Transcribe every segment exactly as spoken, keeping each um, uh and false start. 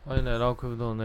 欢迎来到 Crypto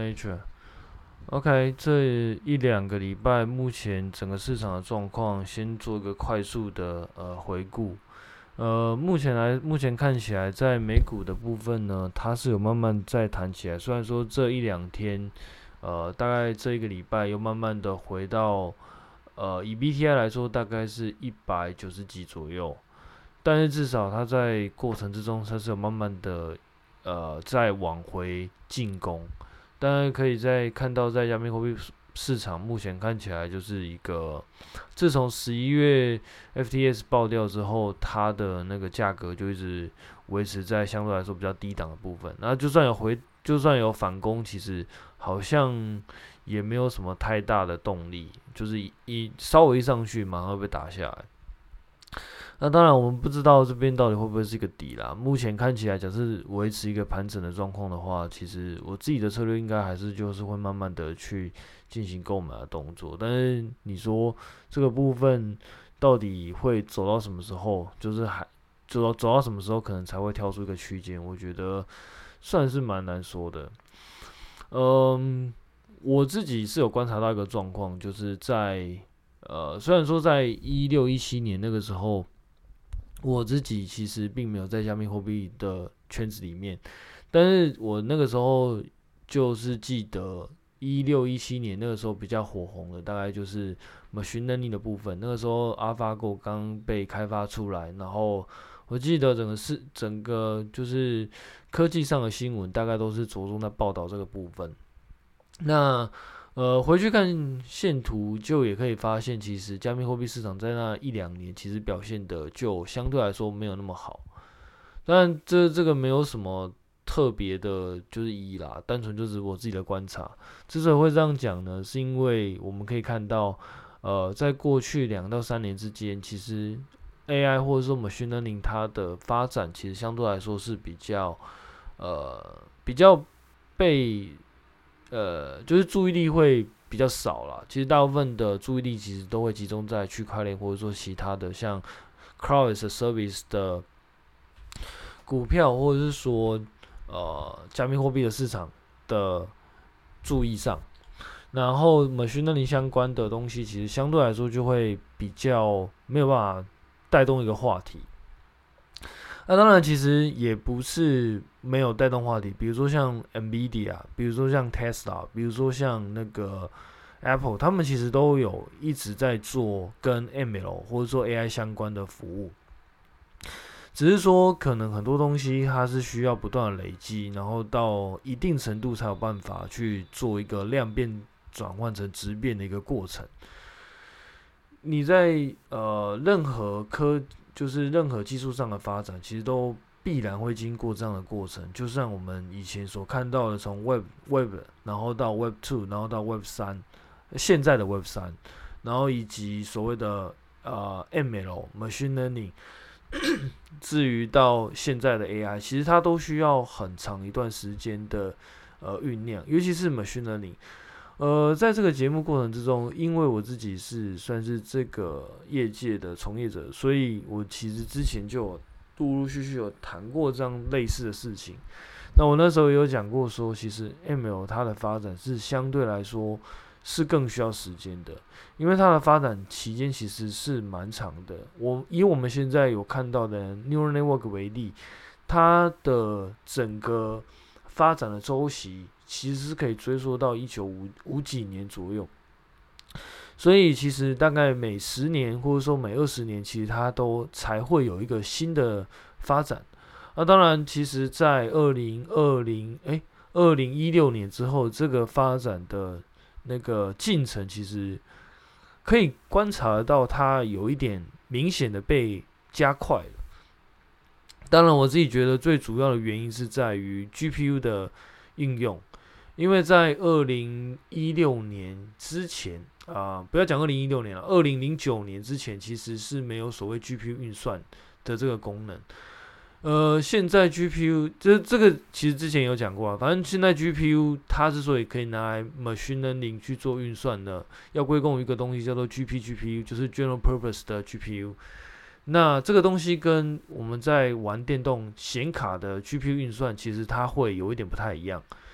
Nature。OK，这一两个礼拜，目前整个市场的状况，先做一个快速的呃回顾。呃，目前来，目前看起来，在美股的部分呢，它是有慢慢在弹起来。虽然说这一两天，呃，大概这一个礼拜又慢慢的回到，呃，以 B T I 来说，大概是一百九十几左右。但是至少它在过程之中，它是有慢慢的呃在往回进攻。当然可以在看到在加密货币市场目前看起来就是一个，自从十一月 F T S 爆掉之后，它的那个价格就一直维持在相对来说比较低档的部分。那就算有回，就算有反攻，其实好像也没有什么太大的动力，就是一一稍微一上去，马上会被打下来。那当然，我们不知道这边到底会不会是一个底啦。目前看起来，假设维持一个盘整的状况的话，其实我自己的策略应该还是就是会慢慢的去进行购买的动作。但是你说这个部分到底会走到什么时候，就是还走到走到什么时候可能才会跳出一个区间，我觉得算是蛮难说的。嗯，我自己是有观察到一个状况，就是在呃，虽然说在一六一七年那个时候。我自己其实并没有在加密货币的圈子里面，但是我那个时候就是记得一六一七年那个时候比较火红的，大概就是 machine learning 的部分。那个时候 AlphaGo 刚被开发出来，然后我记得整个是整个就是科技上的新闻，大概都是着重在报道这个部分。那呃，回去看线图，就也可以发现，其实加密货币市场在那一两年，其实表现的就相对来说没有那么好。当然，这这个没有什么特别的，就是意义啦，单纯就是我自己的观察。之所以会这样讲呢，是因为我们可以看到，呃，在过去两到三年之间，其实 A I 或者说 machine learning 它的发展，其实相对来说是比较呃比较被呃，就是注意力会比较少啦。其实大部分的注意力其实都会集中在区块链或者说其他的像 Cloud as a Service 的股票，或者是说呃加密货币的市场的注意上。然后 machine learning 相关的东西，其实相对来说就会比较没有办法带动一个话题。那当然，其实也不是没有带动话题，比如说像 Nvidia，比如说像 Tesla，比如说像那个 Apple，他们其实都有一直在做跟 M L 或者说 A I 相关的服务。只是说，可能很多东西它是需要不断的累积，然后到一定程度才有办法去做一个量变转换成质变的一个过程。你在呃任何科就是任何技术上的发展，其实都必然会经过这样的过程。就像我们以前所看到的，从 Web Web 然后到 Web Two，然后到 Web 三，现在的 Web 三，然后以及所谓的呃 M L Machine Learning，至于到现在的 A I，其实它都需要很长一段时间的呃酝酿，尤其是 Machine Learning。呃，在这个节目过程之中，因为我自己是算是这个业界的从业者，所以我其实之前就有陆陆续续有谈过这样类似的事情。那我那时候也有讲过说，其实 M L 它的发展是相对来说是更需要时间的，因为它的发展期间其实是蛮长的。我以我们现在有看到的 Neural Network 为例，它的整个发展的周期其实是可以追溯到一九五五几年左右，所以其实大概每十年或者说每二十年，其实它都才会有一个新的发展。那当然，其实在二零二零哎二零一六年之后，这个发展的那个进程，其实可以观察得到它有一点明显的被加快了。当然，我自己觉得最主要的原因是在于 G P U 的应用，因为在二零一六年之前啊、呃不要讲二零一六年了，二零零九年之前其实是没有所谓 G P U 运算的这个功能。呃，现在 G P U 这这个其实之前有讲过啊，反正现在 G P U 它之所以可以拿来 machine learning 去做运算的，要归功于一个东西叫做 G P G P U，就是 general purpose 的 G P U。那这个东西跟我们在玩电动显卡的 G P U 运算，其实它会有一点不太一样。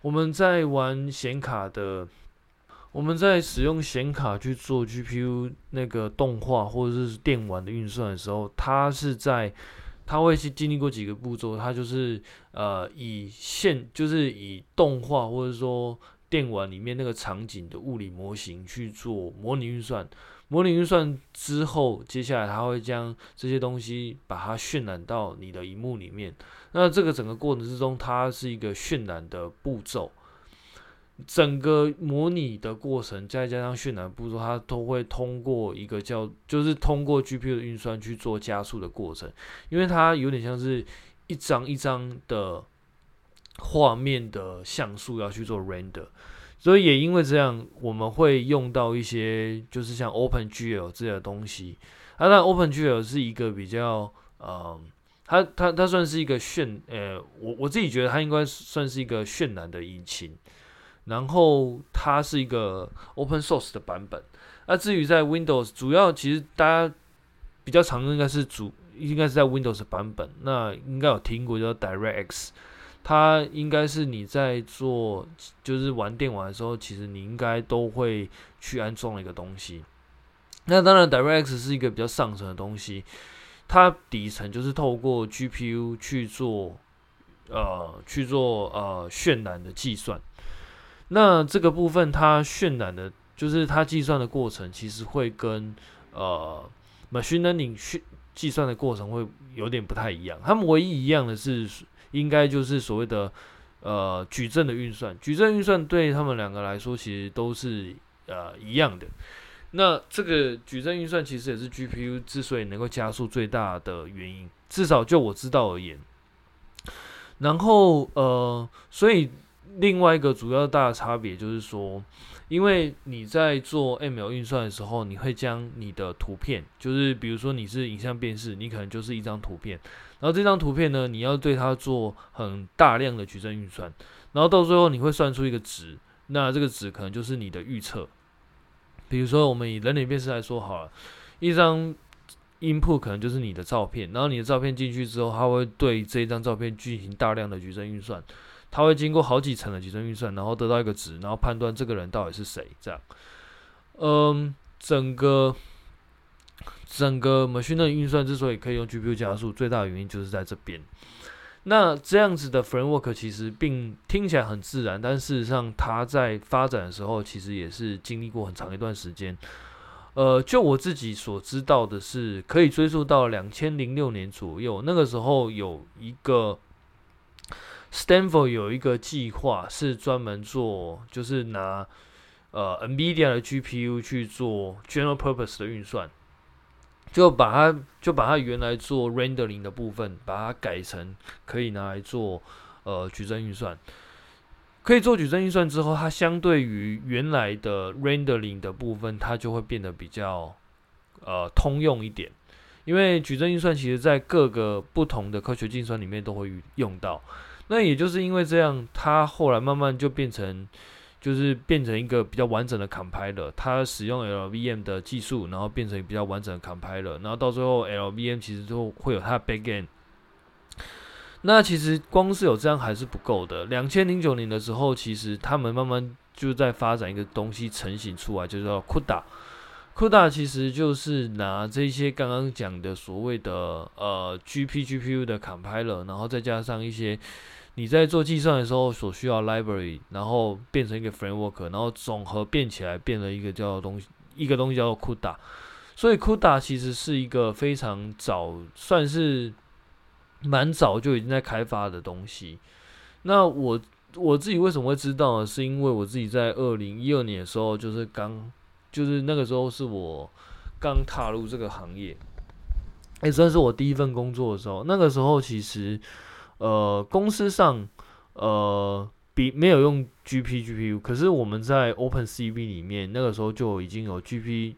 我们在玩显卡的，我们在使用显卡去做 G P U 那个动画或者是电玩的运算的时候，它是在它会去经历过几个步骤，它就是呃以现就是以动画或者说电玩里面那个场景的物理模型去做模拟运算，模拟运算之后，接下来它会将这些东西把它渲染到你的荧幕里面。那这个整个过程之中，它是一个渲染的步骤。整个模拟的过程，再加上渲染步骤，它都会通过一个叫，就是通过 G P U 的运算去做加速的过程，因为它有点像是一张一张的画面的像素要去做 render， 所以也因为这样，我们会用到一些就是像 OpenGL 这类的东西。啊，那 OpenGL 是一个比较，嗯，它它它算是一个渲，呃，我我自己觉得它应该算是一个渲染的引擎。然后它是一个 open source 的版本。那至于在 Windows， 主要其实大家比较常用应该是主应该是在 Windows 的版本。那应该有听过叫 DirectX， 它应该是你在做就是玩电玩的时候，其实你应该都会去安装的一个东西。那当然 DirectX 是一个比较上层的东西，它底层就是透过 G P U 去做呃去做呃渲染的计算。那这个部分它渲染的，就是它计算的过程，其实会跟呃 machine learning 计算的过程会有点不太一样。它们唯一一样的是，应该就是所谓的呃矩阵的运算。矩阵运算对他们两个来说，其实都是呃一样的。那这个矩阵运算其实也是 G P U 之所以能够加速最大的原因，至少就我知道而言。然后呃，所以。另外一个主要大的差别就是说，因为你在做 M L 运算的时候，你会将你的图片，就是比如说你是影像辨识，你可能就是一张图片，然后这张图片呢，你要对它做很大量的矩阵运算，然后到最后你会算出一个值，那这个值可能就是你的预测。比如说我们以人脸辨识来说好了，一张 input 可能就是你的照片，然后你的照片进去之后，它会对这一张照片进行大量的矩阵运算。它会经过好几层的矩阵运算，然后得到一个值，然后判断这个人到底是谁。这样，嗯，整个整个 machine learning 运算之所以可以用 G P U 加速，最大的原因就是在这边。那这样子的 framework 其实并听起来很自然，但事实上它在发展的时候，其实也是经历过很长一段时间。呃，就我自己所知道的是，可以追溯到两千零六年左右，那个时候有一个。Stanford 有一个计划是专门做，就是拿呃 NVIDIA 的 G P U 去做 general purpose 的运算，就把它就把它原来做 rendering 的部分，把它改成可以拿来做呃矩阵运算。可以做矩阵运算之后，它相对于原来的 rendering 的部分，它就会变得比较呃通用一点。因为矩阵运算其实在各个不同的科学计算里面都会用到。那也就是因为这样，它后来慢慢就变成，就是变成一个比较完整的 compiler。它使用 L V M 的技术，然后变成比较完整的 compiler。然后到最后 L V M 其实就会有它的 backend。那其实光是有这样还是不够的。两千零九年的时候，其实他们慢慢就在发展一个东西成型出来，就叫 CUDA。CUDA 其实就是拿这些刚刚讲的所谓的呃 G P G P U 的 compiler， 然后再加上一些你在做计算的时候所需要 library， 然后变成一个 framework， 然后总和变起来变了一个叫东西，一个东西叫做 CUDA。所以 CUDA 其实是一个非常早，算是蛮早就已经在开发的东西。那我我自己为什么会知道呢？是因为我自己在二零一二年的时候，就是刚。就是那个时候是我刚踏入这个行业，也、欸、算是我第一份工作的时候。那个时候其实，呃，公司上呃比没有用 G P G P U， 可是我们在 OpenCV 里面那个时候就已经有 G P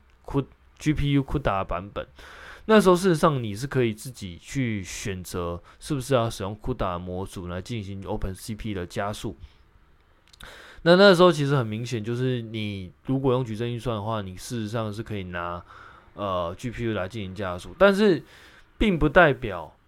G P U CUDA 版本。那时候事实上你是可以自己去选择是不是要使用 CUDA 模组来进行 OpenCV 的加速。那那时候其实很明显，就是你如果用矩阵运算的话，你事实上是可以拿呃 G P U 来进行加速，但是并不代表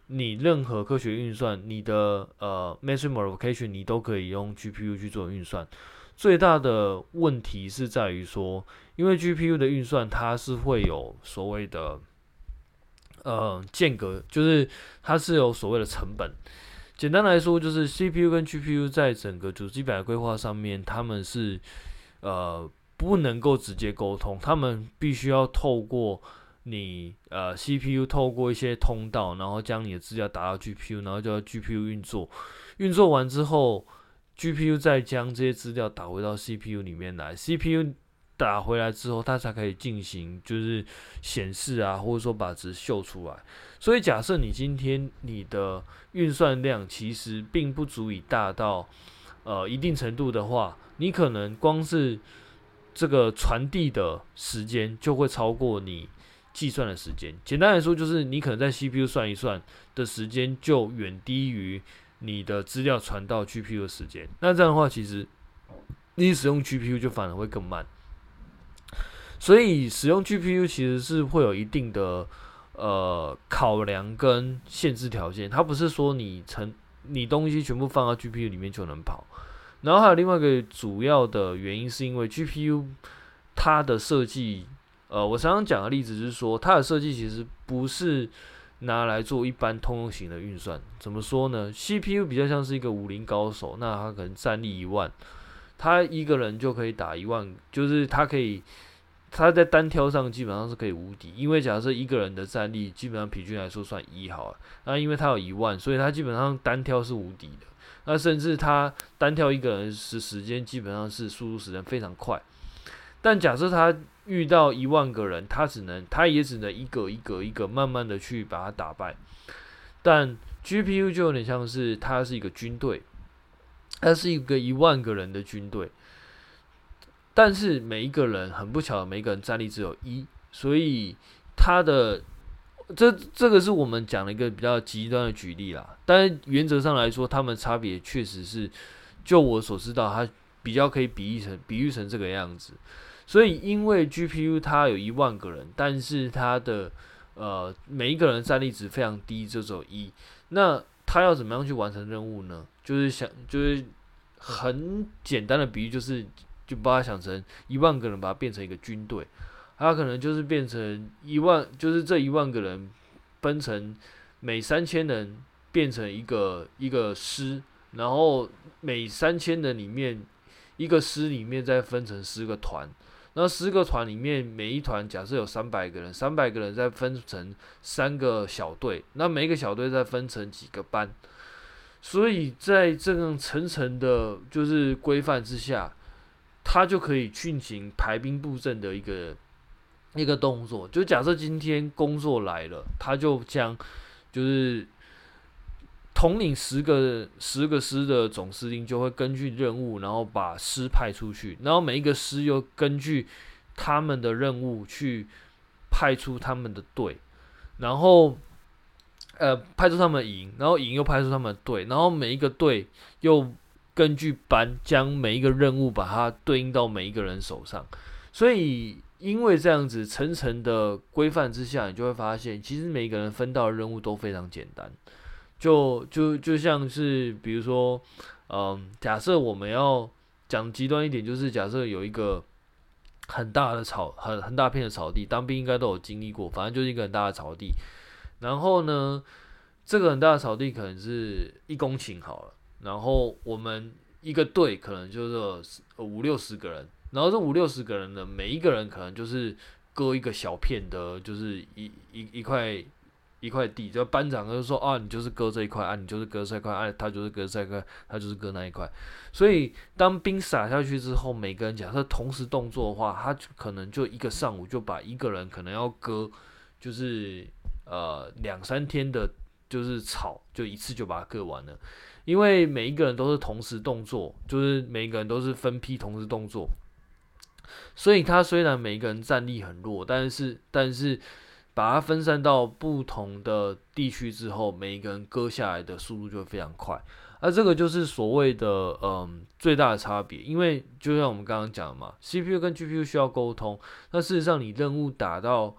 你任何科学运算，你的呃 memory modification 你都可以用 G P U 去做运算。最大的问题是在于说，因为 G P U 的运算它是会有所谓的呃间隔，就是它是有所谓的成本。简单来说，就是 C P U 跟 G P U 在整个主机板的规划上面，他们是呃不能够直接沟通，他们必须要透过你呃 C P U 透过一些通道，然后将你的资料打到 G P U， 然后就要 G P U 运作，运作完之后 ，G P U 再将这些资料打回到 C P U 里面来 ，C P U 打回来之后，它才可以进行就是显示啊，或者说把值秀出来。所以假设你今天你的运算量其实并不足以大到呃一定程度的话，你可能光是这个传递的时间就会超过你计算的时间。简单来说，就是你可能在 C P U 算一算的时间就远低于你的资料传到 G P U 的时间。那这样的话，其实你使用 G P U 就反而会更慢。所以使用 G P U 其实是会有一定的呃考量跟限制条件，它不是说你成你东西全部放到 G P U 里面就能跑。然后还有另外一个主要的原因，是因为 G P U 它的设计，呃，我常常讲的例子是说，它的设计其实不是拿来做一般通用型的运算。怎么说呢 ？C P U 比较像是一个武林高手，那他可能战力一万，他一个人就可以打一万，就是他可以。他在单挑上基本上是可以无敌，因为假设一个人的战力基本上平均来说算一好了，那因为他有一万，所以他基本上单挑是无敌的。那甚至他单挑一个人时时间基本上是速度时间非常快。但假设他遇到一万个人，他只能他也只能一个一个一个慢慢的去把他打败。但 G P U 就有点像是它是一个军队，它是一个一万个人的军队。但是每一个人很不巧的，每一个人战力只有一，所以他的这这个是我们讲的一个比较极端的举例啦。但是原则上来说，他们差别确实是，就我所知道，它比较可以比喻成比喻成这个样子。所以因为 G P U 它有一万个人，但是它的呃每一个人的战力值非常低，就只有一。那他要怎么样去完成任务呢？就是想就是很简单的比喻，就是。就把它想成一万个人，把它变成一个军队，它可能就是变成一万，就是这一万个人分成每三千人变成一个一个师，然后每三千人里面一个师里面再分成十个团，那十个团里面每一团假设有三百个人，三百个人再分成三个小队，那每一个小队再分成几个班，所以在这样层层的就是规范之下。他就可以进行排兵布阵的一个一个动作。就假设今天工作来了，他就将就是统领十个十个师的总司令就会根据任务，然后把师派出去，然后每一个师又根据他们的任务去派出他们的队，然后呃派出他们营，然后营又派出他们的队，然后每一个队又。根据班将每一个任务把它对应到每一个人手上，所以因为这样子层层的规范之下，你就会发现，其实每一个人分到的任务都非常简单。就就就像是比如说，嗯，假设我们要讲极端一点，就是假设有一个很大的草，很很大片的草地，当兵应该都有经历过，反正就是一个很大的草地。然后呢，这个很大的草地可能是一公顷好了。然后我们一个队可能就是五六十个人，然后这五六十个人呢，每一个人可能就是割一个小片的，就是一一一块一块地，就班长就说啊，你就是割这一块啊，你就是割这一块啊，他就是割这一块，他就是割那一块。所以当兵撒下去之后，每个人假设同时动作的话，他可能就一个上午就把一个人可能要割，就是呃两三天的，就是草，就一次就把它割完了。因为每一个人都是同时动作，就是每一个人都是分批同时动作，所以他虽然每一个人战力很弱，但是但是把它分散到不同的地区之后，每一个人割下来的速度就会非常快。而、啊、这个就是所谓的嗯最大的差别，因为就像我们刚刚讲的嘛 ，C P U 跟 G P U 需要沟通，那事实上你任务打到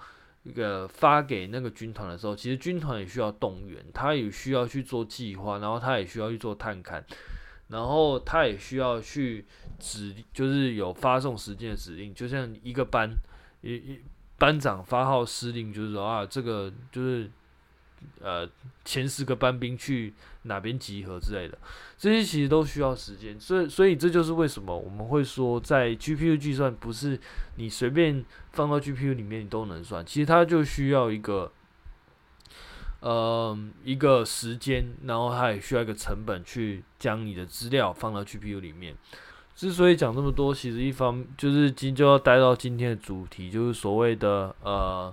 一个发给那个军团的时候，其实军团也需要动员，他也需要去做计划，然后他也需要去做探勘，然后他也需要去指，就是有发送时间的指令，就像一个班，一一班长发号施令，就是说啊，这个就是呃前十个班兵去哪边集合之类的，这些其实都需要时间，所以所以这就是为什么我们会说，在 G P U 计算不是你随便放到 G P U 里面你都能算，其实它就需要一个呃一个时间，然后它也需要一个成本去将你的资料放到 G P U 里面。之所以讲这么多，其实一方就是今就要带到今天的主题，就是所谓的呃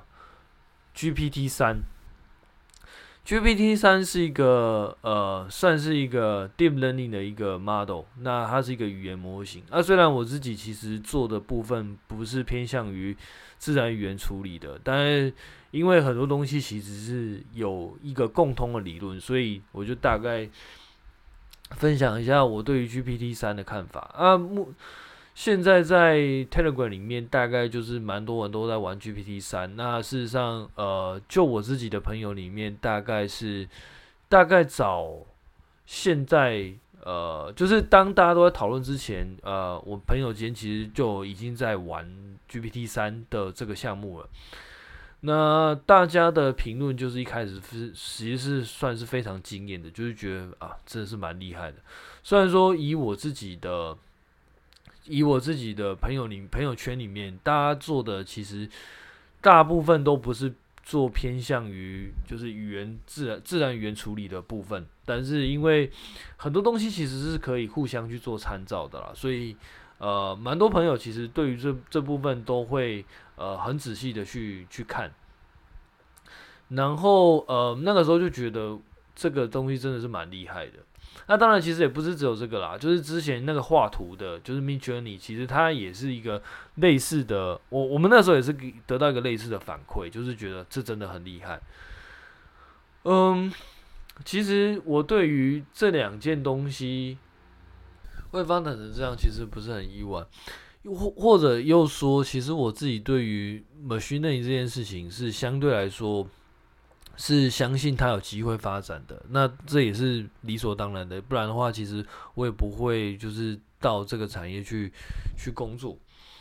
G P T 三。G P T 三是一个呃，算是一个 deep learning 的一个 model， 那它是一个语言模型。那、啊、虽然我自己其实做的部分不是偏向于自然语言处理的，但是因为很多东西其实是有一个共通的理论，所以我就大概分享一下我对于 G P T 三的看法啊。目现在在 Telegram 里面，大概就是蛮多人都在玩 G P T 三。那事实上，呃，就我自己的朋友里面，大概是大概早现在，呃，就是当大家都在讨论之前，呃，我朋友间其实就已经在玩 G P T 三的这个项目了。那大家的评论就是一开始是其实是算是非常惊艳的，就是觉得啊，真的是蛮厉害的。虽然说以我自己的以我自己的朋友里朋友圈里面，大家做的其实大部分都不是做偏向于就是语言自然自然语言处理的部分，但是因为很多东西其实是可以互相去做参照的啦，所以呃，蛮多朋友其实对于这这部分都会呃很仔细的去去看，然后呃那个时候就觉得这个东西真的是蛮厉害的。那当然，其实也不是只有这个啦，就是之前那个画图的，就是 Midjourney， 其实它也是一个类似的，我我们那时候也是得到一个类似的反馈，就是觉得这真的很厉害。嗯，其实我对于这两件东西会发展成这样，其实不是很意外，或或者又说，其实我自己对于 machine learning 这件事情是相对来说。是相信它有机会发展的，那这也是理所当然的，不然的话，其实我也不会就是到这个产业去去工作。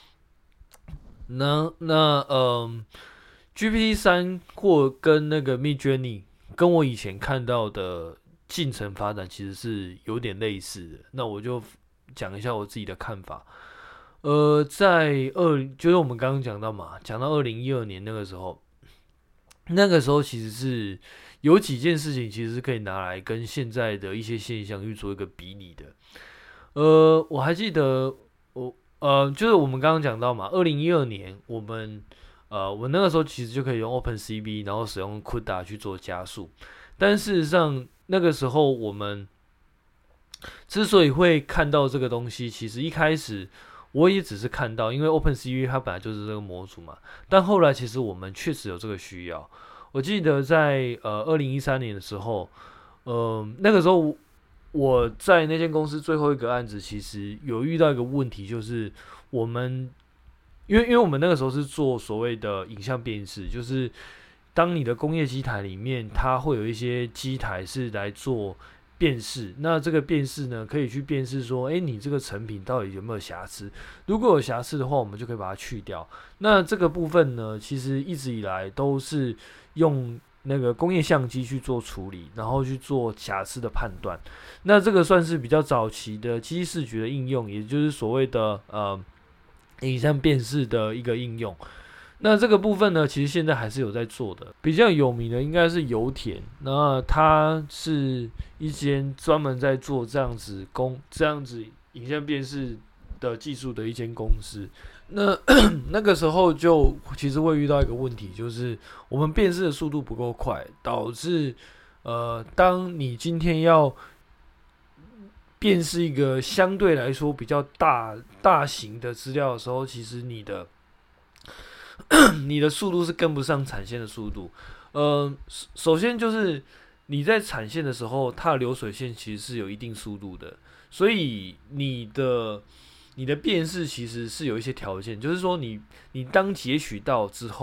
那那嗯 ，G P T 三或跟那个 Midjourney 跟我以前看到的进程发展其实是有点类似的。那我就讲一下我自己的看法。呃，在二就是我们刚刚讲到嘛，讲到二零一二年那个时候。那个时候其实是有几件事情，其实是可以拿来跟现在的一些现象去做一个比拟的。呃，我还记得我呃，就是我们刚刚讲到嘛，二零一二年我们呃，我那个时候其实就可以用 OpenCV， 然后使用 C U D A 去做加速。但事实上那个时候我们之所以会看到这个东西，其实一开始。我也只是看到，因为 OpenCV 它本来就是这个模组嘛，但后来其实我们确实有这个需要。我记得在呃二零一三年的时候，呃那个时候我在那间公司最后一个案子，其实有遇到一个问题，就是我们因为因为我们那个时候是做所谓的影像辨识，就是当你的工业机台里面，它会有一些机台是来做。辨识，那这个辨识呢，可以去辨识说，哎，你这个成品到底有没有瑕疵？如果有瑕疵的话，我们就可以把它去掉。那这个部分呢，其实一直以来都是用那个工业相机去做处理，然后去做瑕疵的判断。那这个算是比较早期的机器视觉的应用，也就是所谓的呃影像辨识的一个应用。那这个部分呢，其实现在还是有在做的，比较有名的应该是油田，那它是一间专门在做这样子工这样子影像辨识的技术的一间公司。那那个时候就其实会遇到一个问题，就是我们辨识的速度不够快，导致呃，当你今天要辨识一个相对来说比较大大型的资料的时候，其实你的你的速度是跟不上产线的速度。呃，首先就是你在产线的时候，它的流水线其实是有一定速度的，所以你的你的辨识其实是有一些条件，就是说你你当截取到之后，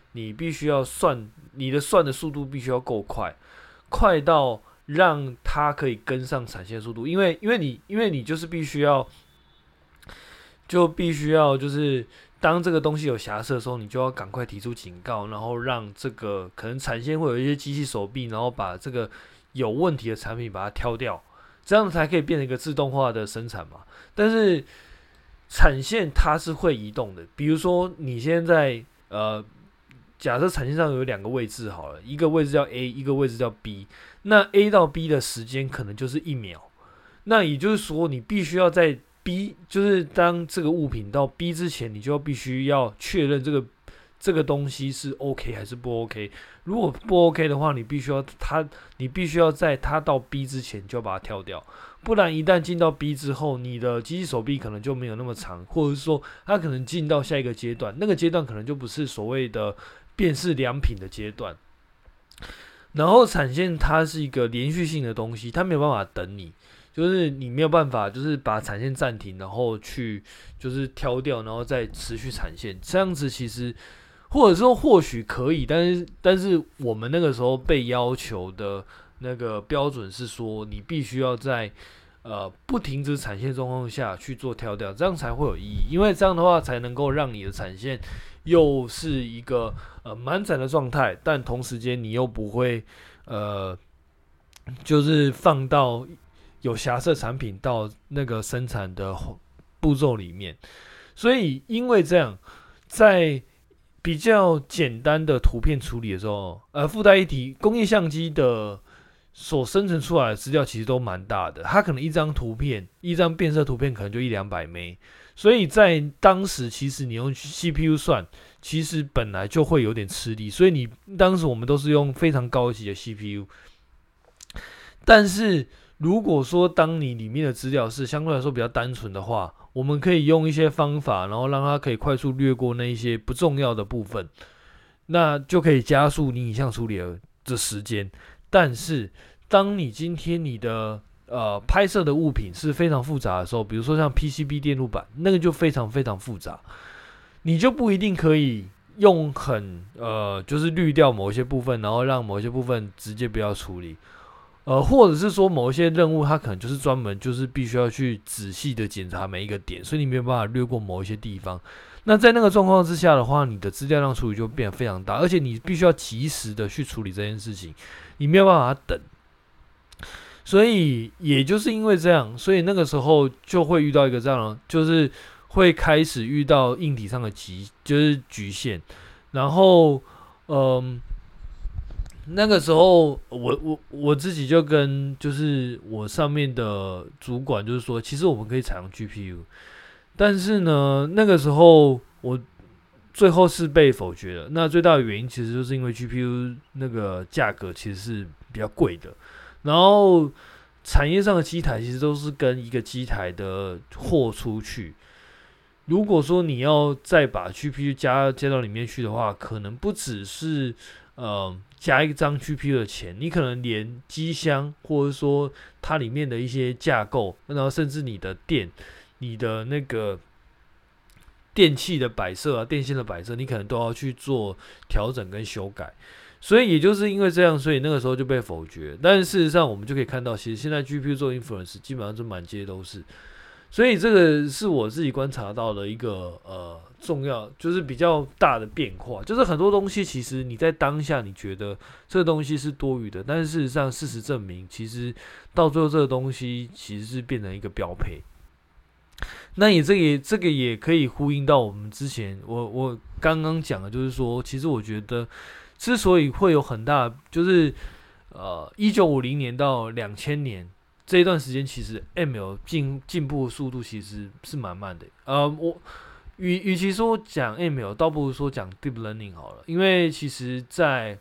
你必须要算你的算的速度必须要够快，快到让它可以跟上产线速度，因为因为你因为你就是必须要就必须要就是当这个东西有瑕疵的时候，你就要赶快提出警告，然后让这个可能产线会有一些机器手臂，然后把这个有问题的产品把它挑掉，这样才可以变成一个自动化的生产嘛。但是产线它是会移动的，比如说你现在呃，假设产线上有两个位置好了，一个位置叫 A， 一个位置叫 B， 那 A 到 B 的时间可能就是一秒，那也就是说你必须要在B， 就是当这个物品到 B 之前，你就必须要确认这个这个东西是 OK 还是不 OK。如果不 OK 的话，你必须要它，你必须要在它到 B 之前就把它挑掉，不然一旦进到 B 之后，你的机器手臂可能就没有那么长，或者是说它可能进到下一个阶段，那个阶段可能就不是所谓的辨识良品的阶段。然后产线它是一个连续性的东西，它没有办法等你。就是你没有办法，就是把产线暂停，然后去就是挑掉，然后再持续产线，这样子其实或者说或许可以，但是但是我们那个时候被要求的那个标准是说，你必须要在呃不停止产线状况下去做挑掉，这样才会有意义，因为这样的话才能够让你的产线又是一个呃满载的状态，但同时间你又不会呃就是放到有瑕疵的产品到那个生产的步骤里面，所以因为这样，在比较简单的图片处理的时候，呃，附带一提，工业相机的所生成出来的资料其实都蛮大的，它可能一张图片，一张变色图片可能就一两百枚，所以在当时其实你用 C P U 算，其实本来就会有点吃力，所以你当时我们都是用非常高级的 C P U， 但是如果说当你里面的资料是相对来说比较单纯的话，我们可以用一些方法，然后让它可以快速略过那一些不重要的部分，那就可以加速你影像处理的时间。但是当你今天你的呃拍摄的物品是非常复杂的时候，比如说像 P C B 电路板，那个就非常非常复杂，你就不一定可以用很呃就是滤掉某一些部分，然后让某一些部分直接不要处理。呃，或者是说某一些任务，它可能就是专门就是必须要去仔细的检查每一个点，所以你没有办法略过某一些地方。那在那个状况之下的话，你的资料量处理就变得非常大，而且你必须要及时的去处理这件事情，你没有办法等。所以也就是因为这样，所以那个时候就会遇到一个这样的，就是会开始遇到硬体上的极，就是局限。然后，嗯。那个时候我我我自己就跟就是我上面的主管就是说，其实我们可以采用 G P U， 但是呢，那个时候我最后是被否决了。那最大的原因其实就是因为 G P U 那个价格其实是比较贵的，然后产业上的机台其实都是跟一个机台的货出去。如果说你要再把 G P U 加加到里面去的话，可能不只是呃加一张 G P U 的钱，你可能连机箱或者说它里面的一些架构，然后甚至你的电、你的那个电器的摆设啊、电线的摆设，你可能都要去做调整跟修改。所以也就是因为这样，所以那个时候就被否决。但是事实上，我们就可以看到，其实现在 G P U 做 inference 基本上就满街都是。所以这个是我自己观察到的一个呃重要，就是比较大的变化。就是很多东西其实你在当下你觉得这个东西是多余的，但是事实上事实证明，其实到最后这个东西其实是变成一个标配。那也这个也这个也可以呼应到我们之前我我刚刚讲的，就是说，其实我觉得之所以会有很大，就是呃一九五零年到两千年。这一段时间其实 M L 进进步的速度其实是蛮慢的。呃，我与与其说讲 M L， 倒不如说讲 Deep Learning 好了，因为其实在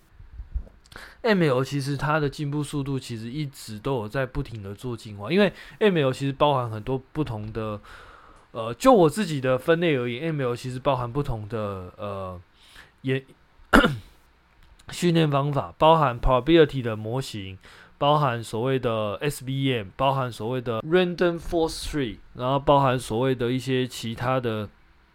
M L 其实它的进步速度其实一直都有在不停的做进化，因为 M L 其实包含很多不同的，呃，就我自己的分类而言 ，M L 其实包含不同的呃也训练方法，包含 probability 的模型。包含所谓的 S V M， 包含所谓的 Random Forest Tree， 然后包含所谓的一些其他的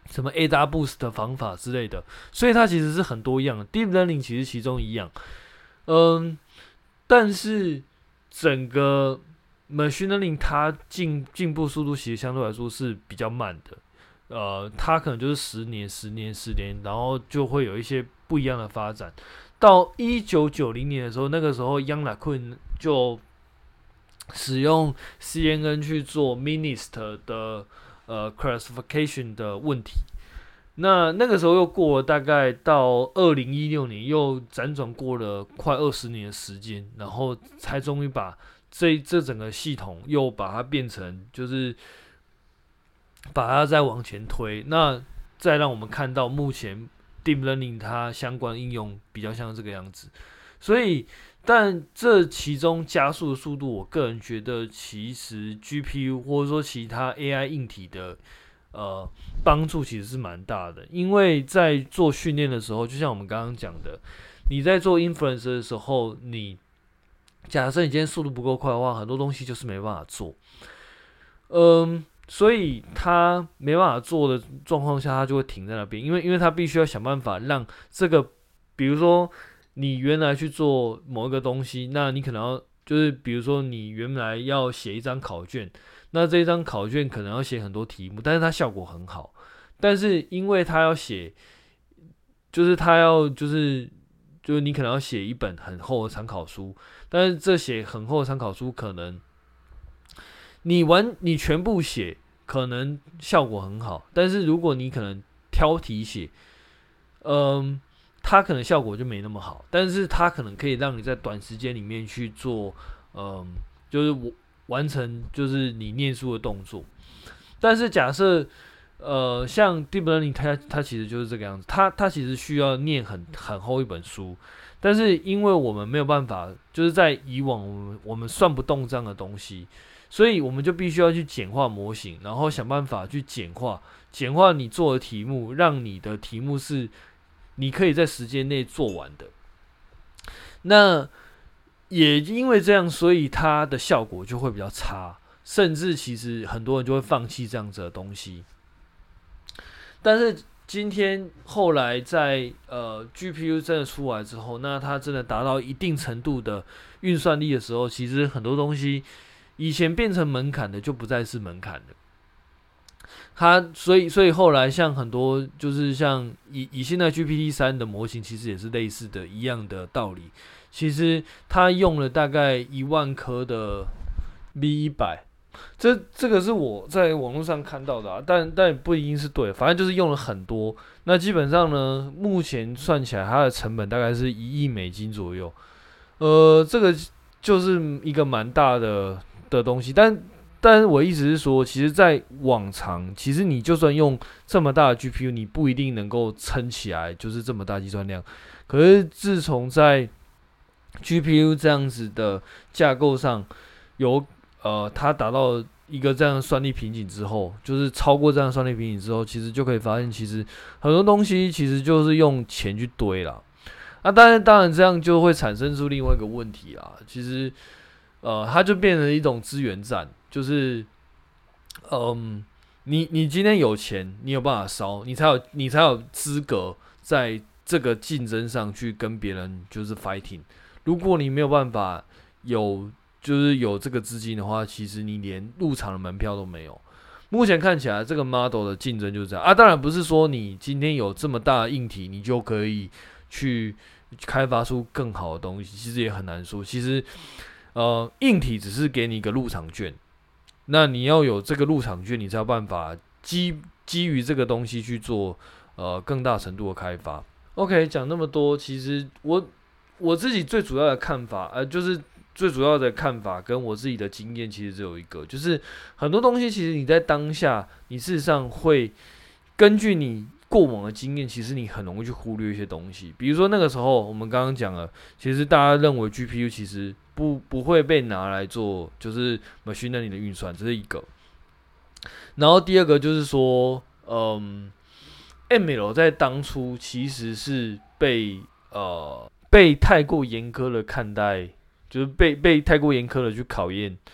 什么 A W Boost 的方法之类的，所以它其实是很多样的。Deep Learning 其实其中一样，嗯，但是整个 Machine Learning 它进进步速度其实相对来说是比较慢的，呃，它可能就是十年、十年、十年，然后就会有一些不一样的发展。到一九九零年的时候，那个时候 Yann LeCun 就使用 C N N 去做 MNIST 的呃 classification 的问题。那那个时候又过了大概到二零一六年，又辗转过了快二十年的时间，然后才终于把这这整个系统又把它变成，就是把它再往前推。那再让我们看到目前 Deep Learning 它相关应用比较像这个样子。所以，但这其中加速的速度，我个人觉得其实 G P U 或者说其他 A I 硬体的呃帮助其实是蛮大的，因为在做训练的时候，就像我们刚刚讲的，你在做 inference 的时候，你假设你今天速度不够快的话，很多东西就是没办法做。嗯，所以他没办法做的状况下，他就会停在那边，因为因为他必须要想办法让这个，比如说你原来去做某一个东西，那你可能要就是比如说你原来要写一张考卷，那这一张考卷可能要写很多题目，但是它效果很好，但是因为他要写，就是他要就是就是你可能要写一本很厚的参考书，但是这写很厚的参考书可能你完你全部写可能效果很好，但是如果你可能挑题写，嗯。它可能效果就没那么好，但是它可能可以让你在短时间里面去做，嗯，就是完成就是你念书的动作。但是假设，呃，像 Deep Learning 它它其实就是这个样子，它它其实需要念很很厚一本书，但是因为我们没有办法，就是在以往我们我们算不动这样的东西，所以我们就必须要去简化模型，然后想办法去简化简化你做的题目，让你的题目是你可以在时间内做完的。那也因为这样，所以它的效果就会比较差，甚至其实很多人就会放弃这样子的东西。但是今天后来在呃 G P U 真的出来之后，那它真的达到一定程度的运算力的时候，其实很多东西以前变成门槛的就不再是门槛了。它所以所以后来像很多就是像以以现在 G P T 三 的模型，其实也是类似的一样的道理。其实它用了大概一万颗的 V 一百，这这个是我在网络上看到的啊，但但不一定是对，反正就是用了很多。那基本上呢，目前算起来它的成本大概是一亿美金左右。呃，这个就是一个蛮大的的东西，但。但是我意思是说，其实，在往常，其实你就算用这么大的 G P U， 你不一定能够撑起来，就是这么大计算量。可是自从在 G P U 这样子的架构上有呃，它达到一个这样的算力瓶颈之后，就是超过这样的算力瓶颈之后，其实就可以发现，其实很多东西其实就是用钱去堆啦。那当然，当然这样就会产生出另外一个问题啦。其实，呃，它就变成一种资源战。就是，嗯，你你今天有钱，你有办法烧，你才有你才有资格在这个竞争上去跟别人就是 fighting。如果你没有办法有就是有这个资金的话，其实你连入场的门票都没有。目前看起来，这个 model 的竞争就是这样啊。当然不是说你今天有这么大的硬体，你就可以去开发出更好的东西，其实也很难说。其实，呃，硬体只是给你一个入场券。那你要有这个入场券，你才有办法基基于这个东西去做呃更大程度的开发。OK， 讲那么多，其实我我自己最主要的看法，呃，就是最主要的看法跟我自己的经验，其实只有一个，就是很多东西其实你在当下，你事实上会根据你过往的经验，其实你很容易去忽略一些东西。比如说那个时候我们刚刚讲了，其实大家认为 G P U 其实不不会被拿来做就是 machine learning 的运算，这是一个。然后第二个就是说，嗯 ，M L 在当初其实是被呃被太过严苛的看待，就是被被太过严苛的去考验，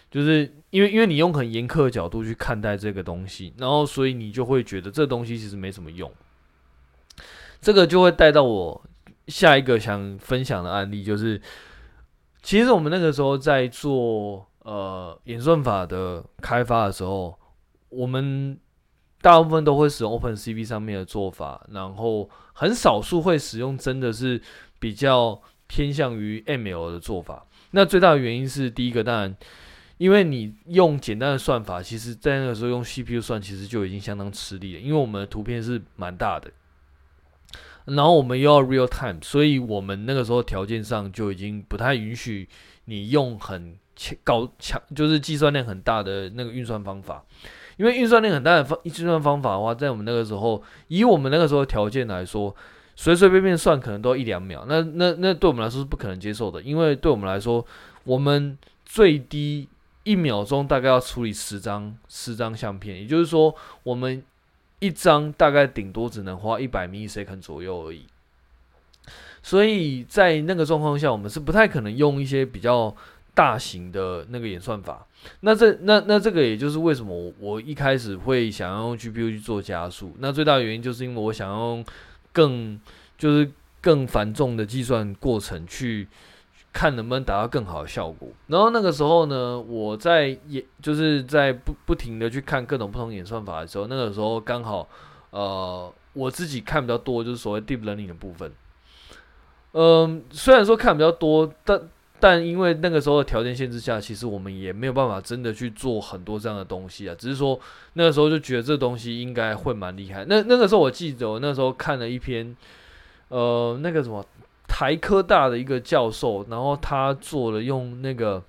就是因为因为你用很严苛的角度去看待这个东西，然后所以你就会觉得这东西其实没什么用。这个就会带到我下一个想分享的案例，就是其实我们那个时候在做呃演算法的开发的时候，我们大部分都会使用 OpenCV 上面的做法，然后很少数会使用真的是比较偏向于 M L 的做法。那最大的原因是，第一个当然，因为你用简单的算法，其实在那个时候用 C P U 算，其实就已经相当吃力了，因为我们的图片是蛮大的，然后我们又要 real time， 所以我们那个时候条件上就已经不太允许你用很高强，就是计算量很大的那个运算方法。因为运算量很大的计算方法的话，在我们那个时候，以我们那个时候的条件来说，随随便便算可能都一两秒，那那那对我们来说是不可能接受的，因为对我们来说，我们最低一秒钟大概要处理十张十张相片，也就是说，我们一张大概顶多只能花一百 millisecond 左右而已。所以在那个状况下，我们是不太可能用一些比较大型的那个演算法。那这那那这个也就是为什么 我, 我一开始会想要用 G P U 去做加速。那最大的原因就是因为我想要用更就是更繁重的计算过程去看能不能达到更好的效果。然后那个时候呢，我在也就是在不不停的去看各种不同演算法的时候，那个时候刚好呃我自己看比较多就是所谓 deep learning 的部分。嗯，虽然说看比较多，但但因为那个时候的条件限制下，其实我们也没有办法真的去做很多这样的东西啊。只是说那个时候就觉得这东西应该会蛮厉害。那那个时候我记得我那时候看了一篇，呃，那个什么台科大的一个教授，然后他做了用那个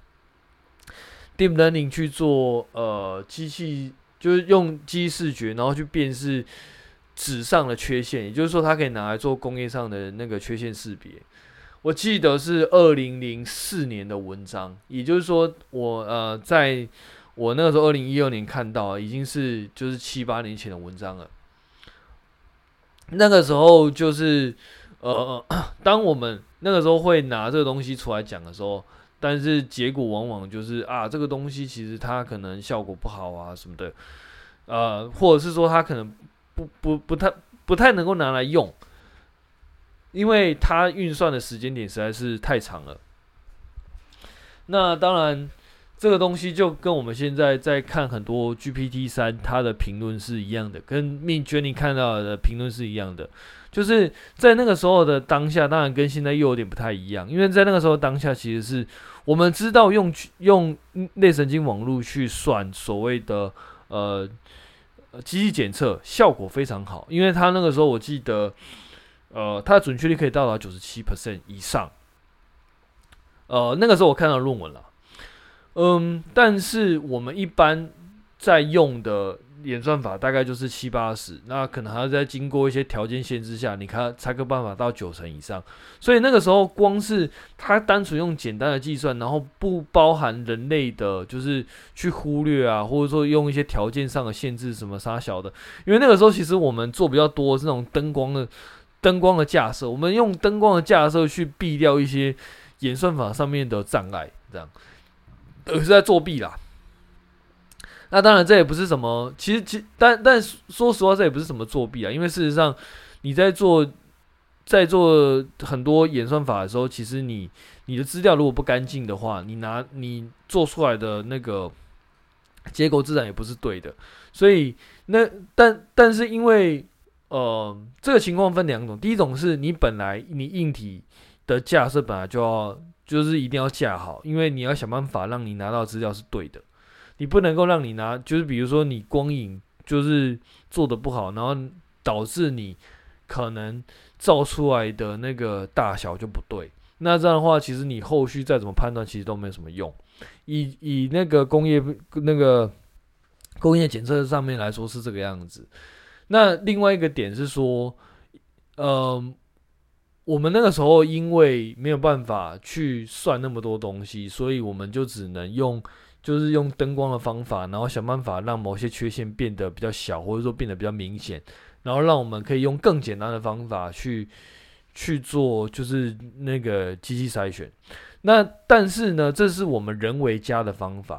deep learning 去做呃机器，就是用机器视觉，然后去辨识纸上的缺陷，也就是说它可以拿来做工业上的那个缺陷识别。我记得是二零零四年的文章，也就是说我呃在我那个时候二零一二年看到，已经是就是七八年前的文章了。那个时候就是呃，当我们那个时候会拿这个东西出来讲的时候，但是结果往往就是啊，这个东西其实它可能效果不好啊什么的，呃，或者是说它可能不不不太不太能够拿来用。因为它运算的时间点实在是太长了。那当然，这个东西就跟我们现在在看很多 G P T 三 它的评论是一样的，跟 Midjourney 看到的评论是一样的。就是在那个时候的当下，当然跟现在又有点不太一样，因为在那个时候当下，其实是我们知道用用类神经网络去算所谓的呃机器检测效果非常好，因为它那个时候我记得。呃，它的准确率可以到达 百分之九十七 以上。呃，那个时候我看到论文了。嗯，但是我们一般在用的演算法大概就是七八十，那可能还要再经过一些条件限制下，你看才有办法到九成以上。所以那个时候光是它单纯用简单的计算，然后不包含人类的，就是去忽略啊，或者说用一些条件上的限制什么啥小的。因为那个时候其实我们做比较多是那种灯光的。灯光的架设，我们用灯光的架设去避掉一些演算法上面的障碍，这样，而是在作弊啦。那当然，这也不是什么，其实其但但说实话，这也不是什么作弊啊，因为事实上你在做在做很多演算法的时候，其实你你的资料如果不干净的话，你拿你做出来的那个结果自然也不是对的。所以那但但是因为呃，这个情况分两种。第一种是你本来你硬体的架设本来就要就是一定要架好，因为你要想办法让你拿到资料是对的，你不能够让你拿就是比如说你光影就是做的不好，然后导致你可能照出来的那个大小就不对。那这样的话，其实你后续再怎么判断，其实都没有什么用。以以那个工业那个工业检测上面来说是这个样子。那另外一个点是说，呃，我们那个时候因为没有办法去算那么多东西，所以我们就只能用，就是用灯光的方法，然后想办法让某些缺陷变得比较小，或者说变得比较明显，然后让我们可以用更简单的方法去去做，就是那个机器筛选。那但是呢，这是我们人为加的方法。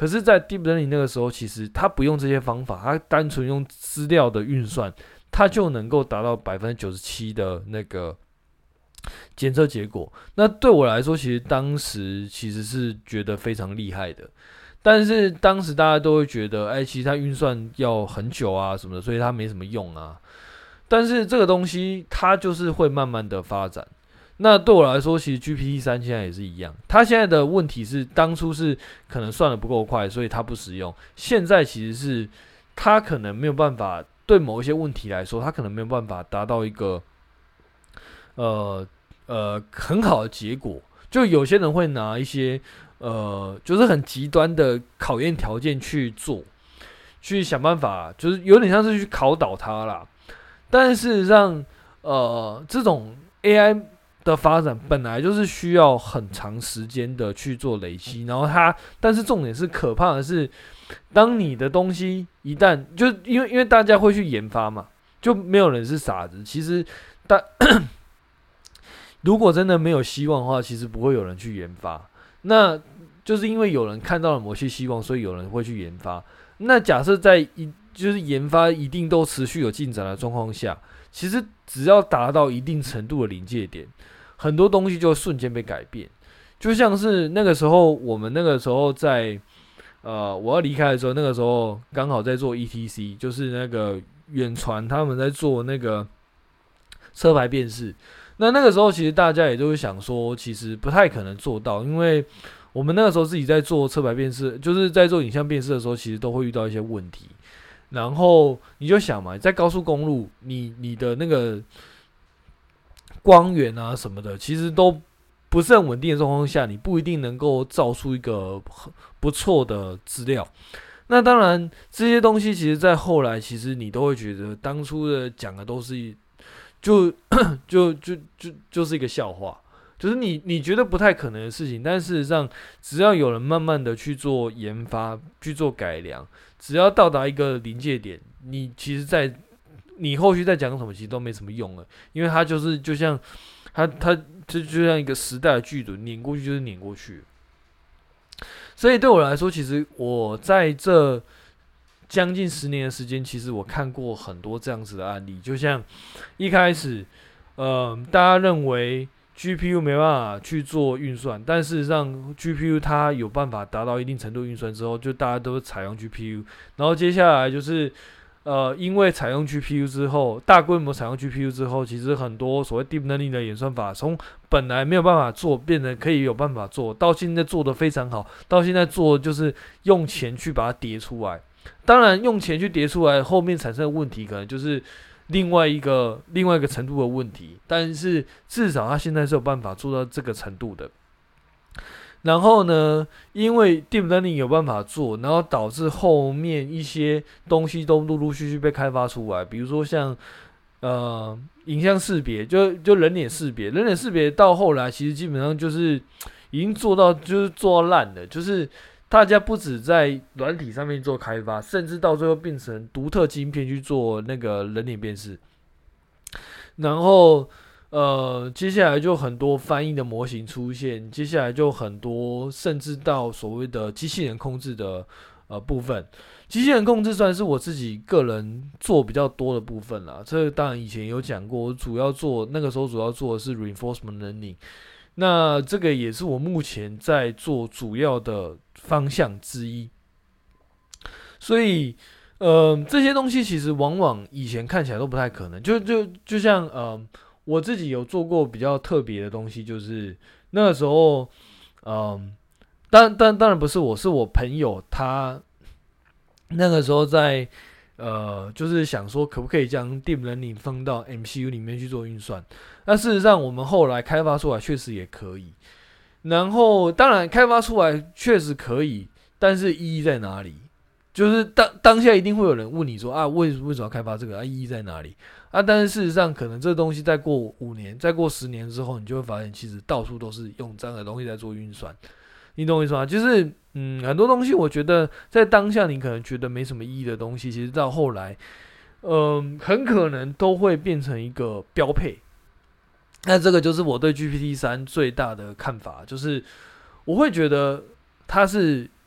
可是，在 Deep Learning 那个时候，其实它不用这些方法，它单纯用资料的运算，它就能够达到 百分之九十七 的那个检测结果。那对我来说，其实当时其实是觉得非常厉害的。但是当时大家都会觉得，哎、欸，其实它运算要很久啊什么的，所以它没什么用啊。但是这个东西它就是会慢慢的发展。那对我来说，其实 G P T 三 现在也是一样。它现在的问题是，当初是可能算的不够快，所以它不实用。现在其实是它可能没有办法对某一些问题来说，它可能没有办法达到一个呃呃很好的结果。就有些人会拿一些呃，就是很极端的考验条件去做，去想办法，就是有点像是去考倒它啦。但事实上，呃，这种 A I 的发展本来就是需要很长时间的去做累积，然后它，但是重点是可怕的是，当你的东西一旦就因为因为大家会去研发嘛，就没有人是傻子。其实大如果真的没有希望的话，其实不会有人去研发。那就是因为有人看到了某些希望，所以有人会去研发。那假设在一就是研发一定都持续有进展的状况下，其实只要达到一定程度的临界点，很多东西就会瞬间被改变。就像是那个时候，我们那个时候在呃我要离开的时候，那个时候刚好在做 E T C， 就是那个远传他们在做那个车牌辨识。那那个时候其实大家也都会想说，其实不太可能做到，因为我们那个时候自己在做车牌辨识，就是在做影像辨识的时候，其实都会遇到一些问题。然后你就想嘛，在高速公路，你你的那个光源啊什么的，其实都不是很稳定的状况下，你不一定能够造出一个不错的资料。那当然，这些东西其实在后来，其实你都会觉得当初的讲的都是。就就就就就是一个笑话，就是你你觉得不太可能的事情，但事实上，只要有人慢慢的去做研发、去做改良，只要到达一个临界点，你其实在你后续再讲什么，其实都没什么用了，因为它就是就像它它就就像一个时代的巨轮，碾过去就是碾过去。所以对我来说，其实我在这将近十年的时间，其实我看过很多这样子的案例。就像一开始，呃，大家认为 G P U 没办法去做运算，但事实上 G P U 它有办法达到一定程度运算之后，就大家都采用 G P U。然后接下来就是，呃，因为采用 G P U 之后，大规模采用 G P U 之后，其实很多所谓 Deep Learning 的演算法，从本来没有办法做，变得可以有办法做，到现在做得非常好，到现在做就是用钱去把它叠出来。当然，用钱去叠出来，后面产生的问题可能就是另外一个另外一个程度的问题。但是至少他现在是有办法做到这个程度的。然后呢，因为 Deep Learning 有办法做，然后导致后面一些东西都陆陆续续被开发出来，比如说像呃影像识别，就就人脸识别，人脸识别到后来其实基本上就是已经做到就是做到烂了，就是。大家不止在软体上面做开发，甚至到最后变成独特晶片去做那个人脸辨识。然后，呃，接下来就很多翻译的模型出现，接下来就很多，甚至到所谓的机器人控制的呃部分。机器人控制算是我自己个人做比较多的部分啦。这当然以前有讲过，我主要做那个时候主要做的是 reinforcement learning。那这个也是我目前在做主要的方向之一，所以，呃，这些东西其实往往以前看起来都不太可能。就就就像，呃，我自己有做过比较特别的东西，就是那个时候，嗯、呃，当当当然不是我，是我朋友他那个时候在。呃，就是想说可不可以将 Deep Learning 放到 M C U 里面去做运算？那事实上，我们后来开发出来确实也可以。然后，当然开发出来确实可以，但是意义在哪里？就是当当下一定会有人问你说啊，为为什么要开发这个？啊，意义在哪里？啊，但是事实上，可能这东西再过五年、再过十年之后，你就会发现，其实到处都是用这样的东西在做运算。你懂我意思吗？就是嗯，很多东西我觉得在当下你可能觉得没什么意义的东西，其实到后来，嗯、呃，很可能都会变成一个标配。那这个就是我对 G P T 三最大的看法，就是我会觉得它是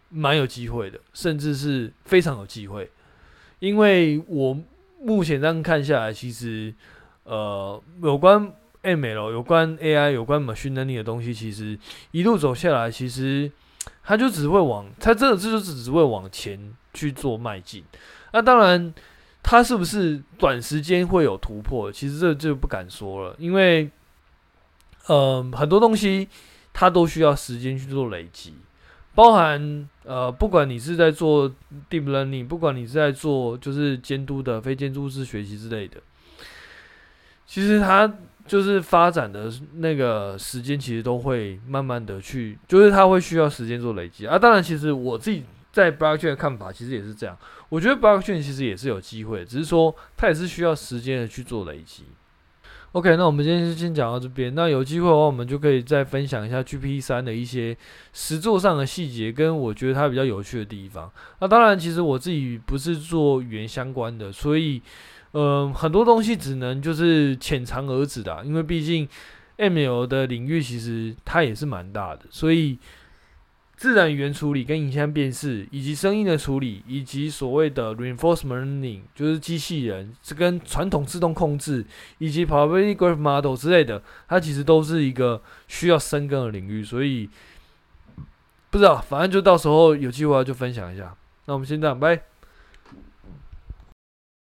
蛮有机会的，甚至是非常有机会。因为我目前这样看下来，其实呃有关 M L、有关 A I、有关 machine learning 的东西，其实一路走下来，其实它就只会往，它真的就只只会往前去做迈进。那当然，它是不是短时间会有突破？其实这就不敢说了，因为呃很多东西它都需要时间去做累积。包含呃，不管你是在做 deep learning， 不管你是在做就是监督的非监督式学习之类的，其实它就是发展的那个时间，其实都会慢慢的去，就是它会需要时间做累积啊。当然，其实我自己在 blockchain 的看法其实也是这样，我觉得 blockchain 其实也是有机会，只是说它也是需要时间的去做累积。OK， 那我们今天就先讲到这边。那有机会的话，我们就可以再分享一下 G P 三 的一些实作上的细节，跟我觉得它比较有趣的地方。那当然，其实我自己不是做语言相关的，所以，呃，很多东西只能就是浅尝而止的，因为毕竟 M L 的领域其实它也是蛮大的，所以自然语言处理跟影像辨识，以及声音的处理，以及所谓的 reinforcement learning， 就是机器人，这跟传统自动控制，以及 probability graph model 之类的，它其实都是一个需要深耕的领域。所以不知道，反正就到时候有机会就分享一下。那我们先这样，拜。